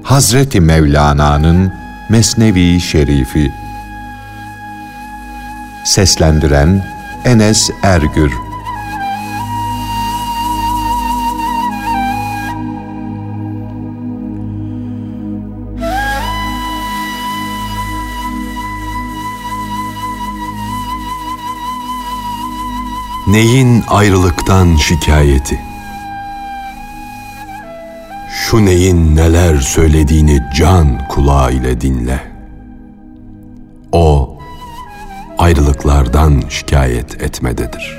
Hazreti Mevlana'nın Mesnevi Şerifi. Seslendiren Enes Ergür. Neyin ayrılıktan şikayeti? Şu neyin neler söylediğini can kulağı ile dinle. O, ayrılıklardan şikayet etmededir.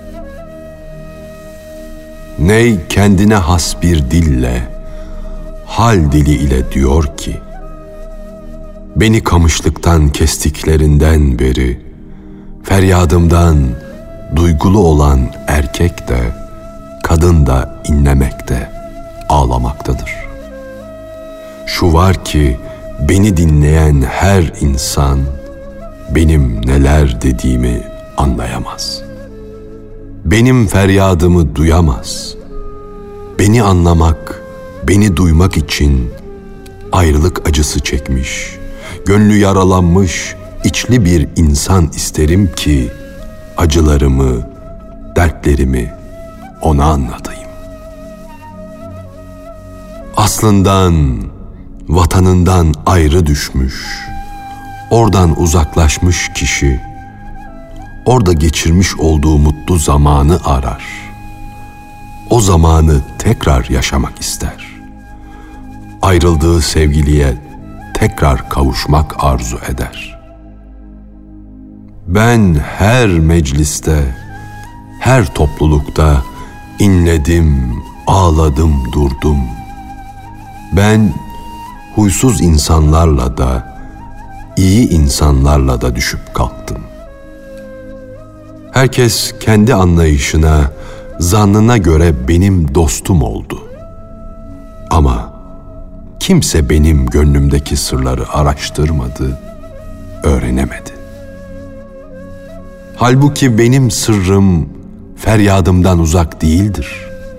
Ney kendine has bir dille, hal dili ile diyor ki, beni kamışlıktan kestiklerinden beri, feryadımdan duygulu olan erkek de, kadın da inlemekte, ağlamaktadır. Şu var ki, beni dinleyen her insan, benim neler dediğimi anlayamaz. Benim feryadımı duyamaz. Beni anlamak, beni duymak için ayrılık acısı çekmiş, gönlü yaralanmış, içli bir insan isterim ki, acılarımı, dertlerimi ona anlatayım. Aslından, vatanından ayrı düşmüş, oradan uzaklaşmış kişi, orada geçirmiş olduğu mutlu zamanı arar. O zamanı tekrar yaşamak ister. Ayrıldığı sevgiliye tekrar kavuşmak arzu eder. Ben her mecliste, her toplulukta inledim, ağladım, durdum. Ben huysuz insanlarla da, iyi insanlarla da düşüp kalktım. Herkes kendi anlayışına, zannına göre benim dostum oldu. Ama kimse benim gönlümdeki sırları araştırmadı, öğrenemedi. Halbuki benim sırrım feryadımdan uzak değildir.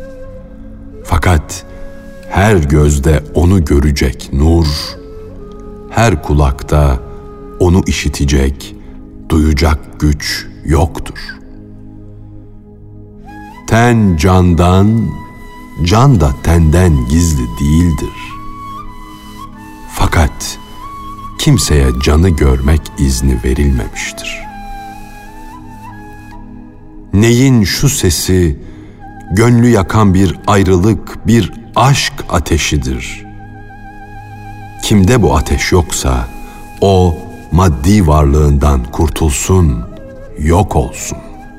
Fakat her gözde onu görecek nur, her kulakta onu işitecek, duyacak güç yoktur. Ten candan, can da tenden gizli değildir. Fakat kimseye canı görmek izni verilmemiştir. Neyin şu sesi, gönlü yakan bir ayrılık, bir aşk ateşidir. Kimde bu ateş yoksa, o maddi varlığından kurtulsun, yok olsun.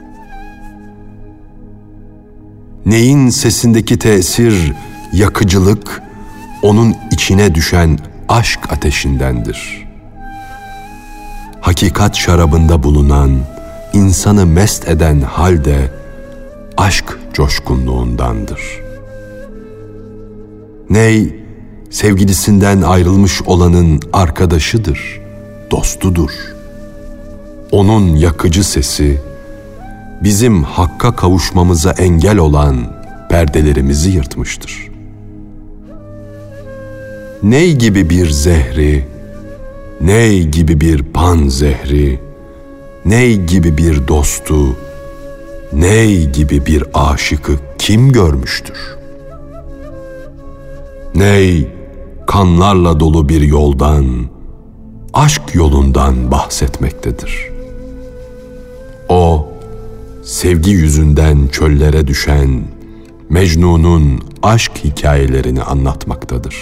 Neyin sesindeki tesir, yakıcılık, onun içine düşen aşk ateşindendir. Hakikat şarabında bulunan, insanı mest eden halde aşk coşkunluğundandır. Ney, sevgilisinden ayrılmış olanın arkadaşıdır, dostudur. Onun yakıcı sesi, bizim hakka kavuşmamıza engel olan perdelerimizi yırtmıştır. Ney gibi bir zehri, ney gibi bir pan zehri, ney gibi bir dostu, ney gibi bir aşıkı kim görmüştür? Ney kanlarla dolu bir yoldan, aşk yolundan bahsetmektedir. O, sevgi yüzünden çöllere düşen Mecnun'un aşk hikayelerini anlatmaktadır.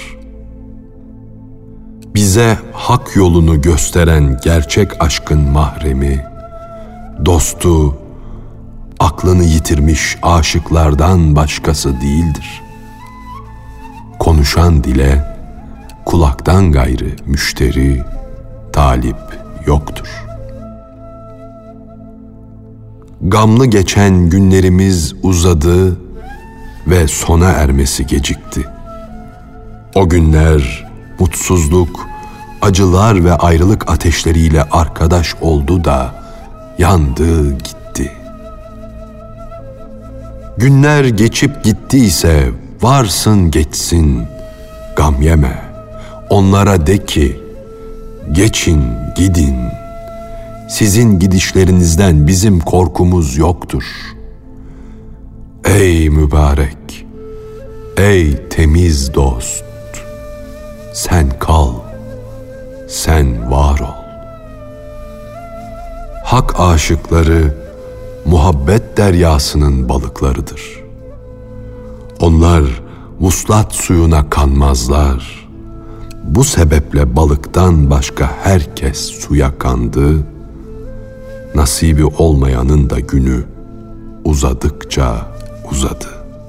Bize hak yolunu gösteren gerçek aşkın mahremi, dostu, aklını yitirmiş aşıklardan başkası değildir. Konuşan dile, kulaktan gayrı müşteri, talip yoktur. Gamlı geçen günlerimiz uzadı ve sona ermesi gecikti. O günler mutsuzluk, acılar ve ayrılık ateşleriyle arkadaş oldu da yandı gitti. Günler geçip gittiyse varsın geçsin, gam yeme, Onlara de ki, geçin gidin, sizin gidişlerinizden bizim korkumuz yoktur. Ey mübarek, ey temiz dost, sen kal, sen var ol. Hak aşıkları muhabbet deryasının balıklarıdır. Onlar vuslat suyuna kanmazlar. Bu sebeple balıktan başka herkes suya kandı. Nasibi olmayanın da günü uzadıkça uzadı.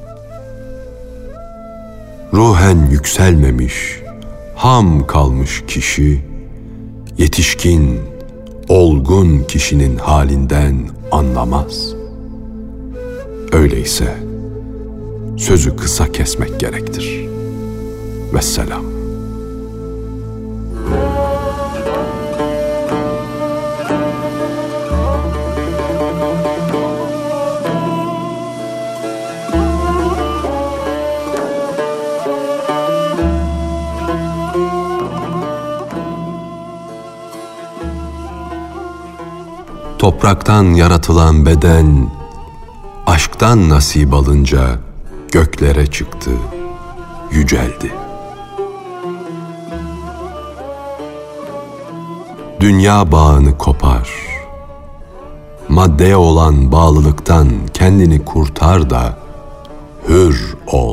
Ruhen yükselmemiş, ham kalmış kişi, yetişkin, olgun kişinin halinden anlamaz. Öyleyse sözü kısa kesmek gerektir. Vesselam. Topraktan yaratılan beden, aşktan nasip alınca göklere çıktı, yüceldi. Dünya bağını kopar, maddeye olan bağlılıktan kendini kurtar da hür ol.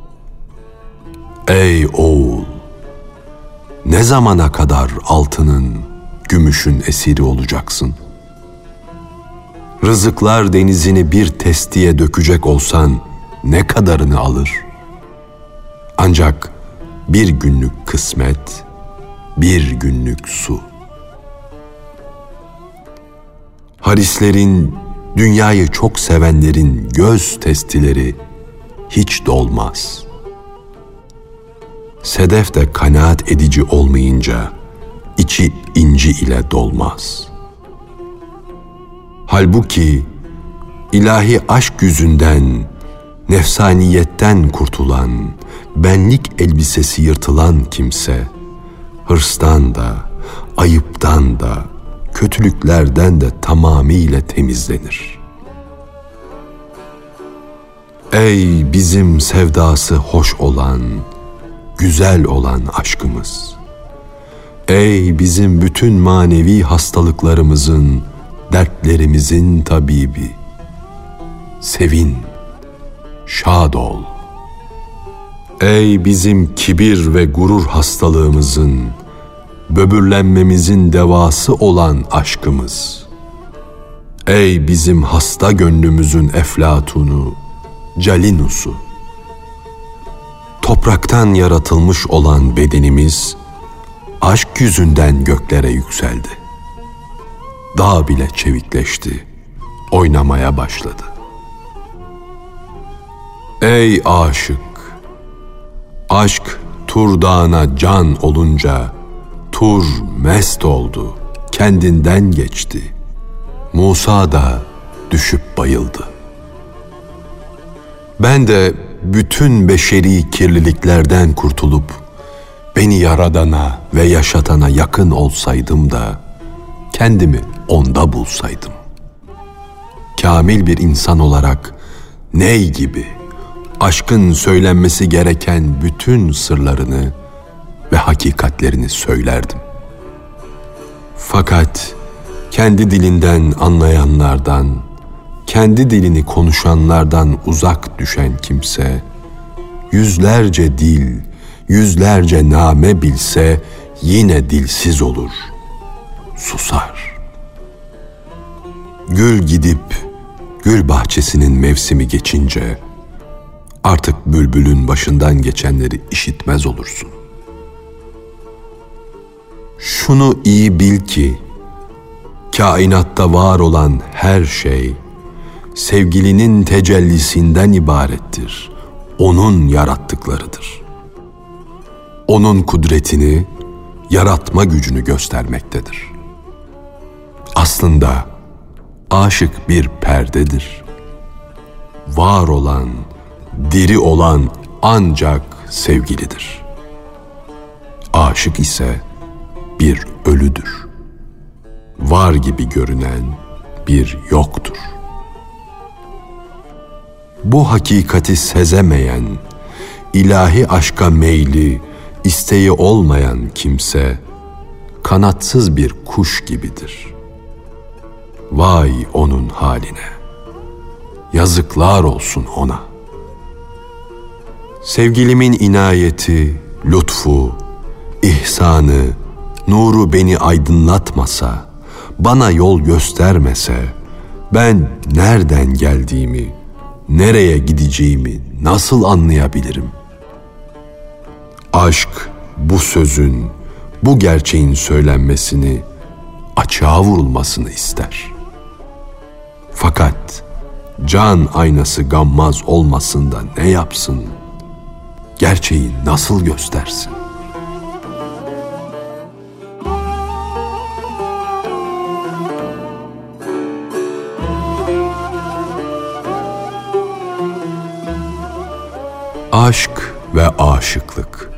Ey oğul, ne zamana kadar altının, gümüşün esiri olacaksın? Rızıklar denizini bir testiye dökecek olsan ne kadarını alır? Ancak bir günlük kısmet, bir günlük su. Harislerin, dünyayı çok sevenlerin göz testileri hiç dolmaz. Sedef de kanaat edici olmayınca içi inci ile dolmaz. Halbuki ilahi aşk yüzünden, nefsaniyetten kurtulan, benlik elbisesi yırtılan kimse, hırstan da, ayıptan da, kötülüklerden de tamamıyla temizlenir. Ey bizim sevdası hoş olan, güzel olan aşkımız! Ey bizim bütün manevi hastalıklarımızın, dertlerimizin tabibi! Sevin, şad ol. Ey bizim kibir ve gurur hastalığımızın, böbürlenmemizin devası olan aşkımız! Ey bizim hasta gönlümüzün eflatunu, calinusu! Topraktan yaratılmış olan bedenimiz, aşk yüzünden göklere yükseldi. Dağ bile çevikleşti, oynamaya başladı. Ey aşık! Aşk Tur Dağı'na can olunca, Tur mest oldu, kendinden geçti. Musa da düşüp bayıldı. Ben de bütün beşeri kirliliklerden kurtulup, beni yaradana ve yaşatana yakın olsaydım da, kendimi onda bulsaydım. Kamil bir insan olarak ney gibi aşkın söylenmesi gereken bütün sırlarını ve hakikatlerini söylerdim. Fakat kendi dilinden anlayanlardan, kendi dilini konuşanlardan uzak düşen kimse, yüzlerce dil, yüzlerce name bilse yine dilsiz olur, susar. Gül gidip gül bahçesinin mevsimi geçince artık bülbülün başından geçenleri işitmez olursun. Şunu iyi bil ki kainatta var olan her şey sevgilinin tecellisinden ibarettir. Onun yarattıklarıdır. Onun kudretini, yaratma gücünü göstermektedir. Aslında aşık bir perdedir. Var olan, diri olan ancak sevgilidir. Aşık aşık ise bir ölüdür. Var gibi görünen bir yoktur. Bu hakikati sezemeyen, ilahi aşka meyli, isteği olmayan kimse, kanatsız bir kuş gibidir. Vay onun haline! Yazıklar olsun ona! Sevgilimin inayeti, lütfu, ihsanı, nuru beni aydınlatmasa, bana yol göstermese, ben nereden geldiğimi, nereye gideceğimi nasıl anlayabilirim? Aşk bu sözün, bu gerçeğin söylenmesini, açığa vurulmasını ister. Fakat can aynası gammaz olmasın da ne yapsın? Gerçeği nasıl göstersin? Aşk ve aşıklık.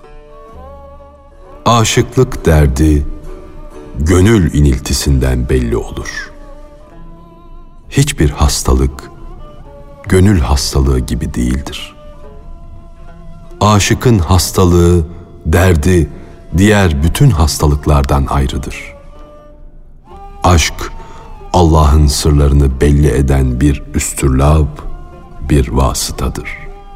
Aşıklık derdi, gönül iniltisinden belli olur. Hiçbir hastalık, gönül hastalığı gibi değildir. Aşıkın hastalığı, derdi, diğer bütün hastalıklardan ayrıdır. Aşk, Allah'ın sırlarını belli eden bir üstürlab, bir vasıtadır.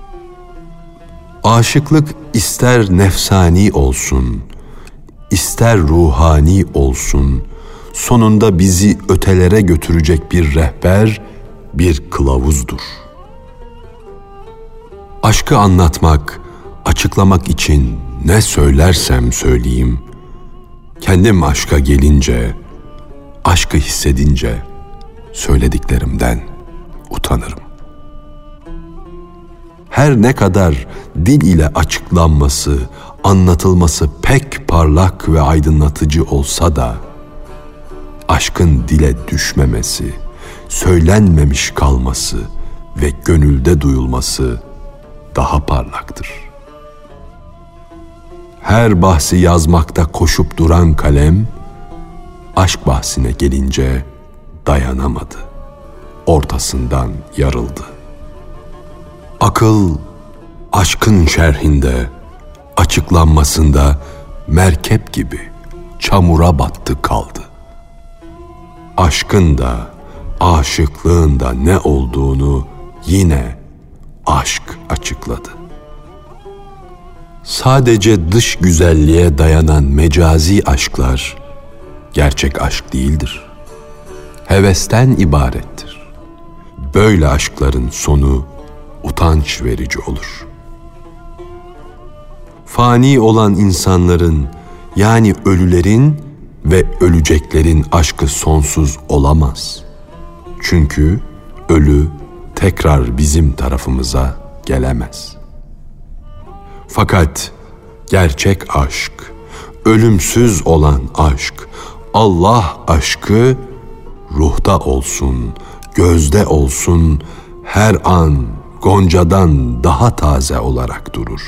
Aşıklık ister nefsani olsun, ister ruhani olsun, sonunda bizi ötelere götürecek bir rehber, bir kılavuzdur. Aşkı anlatmak, açıklamak için ne söylersem söyleyeyim, kendim aşka gelince, aşkı hissedince söylediklerimden utanırım. Her ne kadar dil ile açıklanması, anlatılması pek parlak ve aydınlatıcı olsa da, aşkın dile düşmemesi, söylenmemiş kalması ve gönülde duyulması daha parlaktır. Her bahsi yazmakta koşup duran kalem, aşk bahsine gelince dayanamadı. Ortasından yarıldı. Akıl, aşkın şerhinde, açıklanmasında merkep gibi çamura battı kaldı. Aşkın da, aşıklığın da ne olduğunu yine aşk açıkladı. Sadece dış güzelliğe dayanan mecazi aşklar gerçek aşk değildir. Hevesten ibarettir. Böyle aşkların sonu utanç verici olur. Fani olan insanların, yani ölülerin ve öleceklerin aşkı sonsuz olamaz. Çünkü ölü tekrar bizim tarafımıza gelemez. Fakat gerçek aşk, ölümsüz olan aşk, Allah aşkı ruhta olsun, gözde olsun, her an goncadan daha taze olarak durur.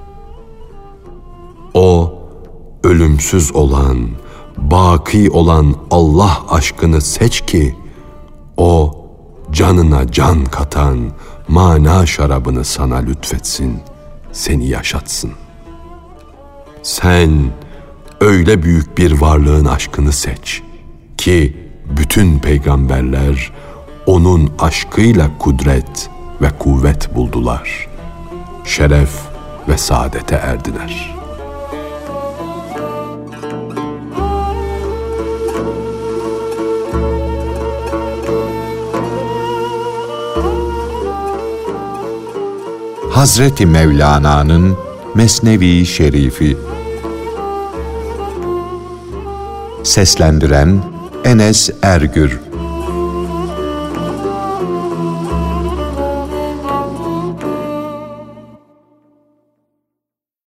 O, ölümsüz olan, baki olan Allah aşkını seç ki, o canına can katan mana şarabını sana lütfetsin, seni yaşatsın. Sen öyle büyük bir varlığın aşkını seç ki bütün peygamberler onun aşkıyla kudret ve kuvvet buldular. Şeref ve saadete erdiler. Hazreti Mevlana'nın Mesnevi Şerifi. Seslendiren Enes Ergür.